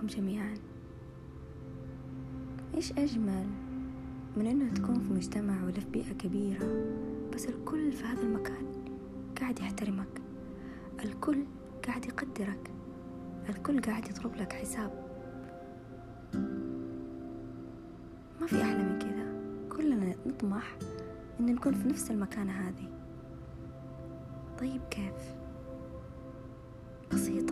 عليكم جميعا. إيش أجمل من أنه تكون في مجتمع ولا في بيئة كبيرة بس الكل في هذا المكان قاعد يحترمك، الكل قاعد يقدرك، الكل قاعد يضرب لك حساب. ما في أحلى من كذا. كلنا نطمح أن نكون في نفس المكانة هذه. طيب كيف؟ بسيطة.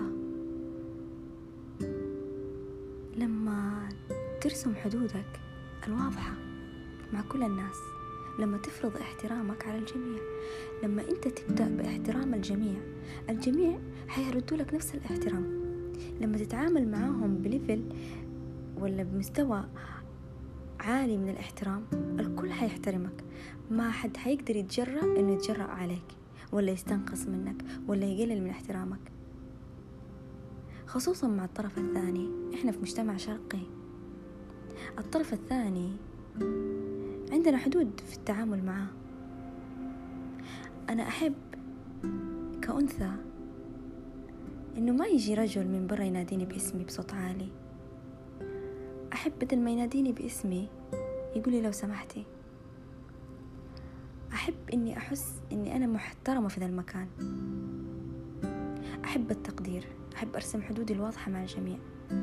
لما ترسم حدودك الواضحة مع كل الناس، لما تفرض احترامك على الجميع، لما أنت تبدأ باحترام الجميع، الجميع حيردوا لك نفس الاحترام. لما تتعامل معاهم بليفل ولا بمستوى عالي من الاحترام، الكل حيحترمك. ما حد حيقدر يتجرأ إنه يتجرأ عليك ولا يستنقص منك ولا يقلل من احترامك، خصوصا مع الطرف الثاني. إحنا في مجتمع شرقي، الطرف الثاني عندنا حدود في التعامل معه. أنا أحب كأنثى إنه ما يجي رجل من برا يناديني باسمي بصوت عالي. أحب بدل ما يناديني باسمي يقولي لو سمحتي. أحب إني أحس إني أنا محترمة في ذا المكان. أحب التقدير، أحب أرسم حدودي الواضحة مع الجميع.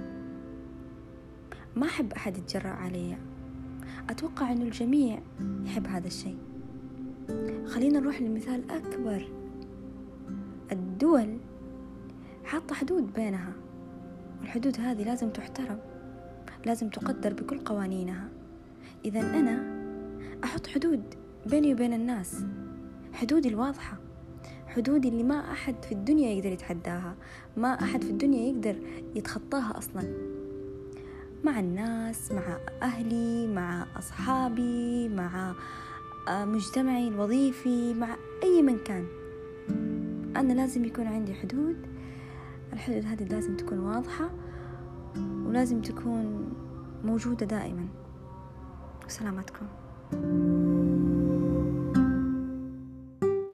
ما أحب أحد يتجرأ علي. أتوقع إنه الجميع يحب هذا الشيء. خلينا نروح لمثال أكبر. الدول حاطة حدود بينها، والحدود هذه لازم تحترم، لازم تقدر بكل قوانينها. إذا أنا أحط حدود بيني وبين الناس، حدودي الواضحة، حدودي اللي ما أحد في الدنيا يقدر يتحداها، ما أحد في الدنيا يقدر يتخطاها أصلا. مع الناس، مع أهلي، مع أصحابي، مع مجتمعي الوظيفي، مع أي من كان، أنا لازم يكون عندي حدود. الحدود هذه لازم تكون واضحة ولازم تكون موجودة دائما. وسلامتكم.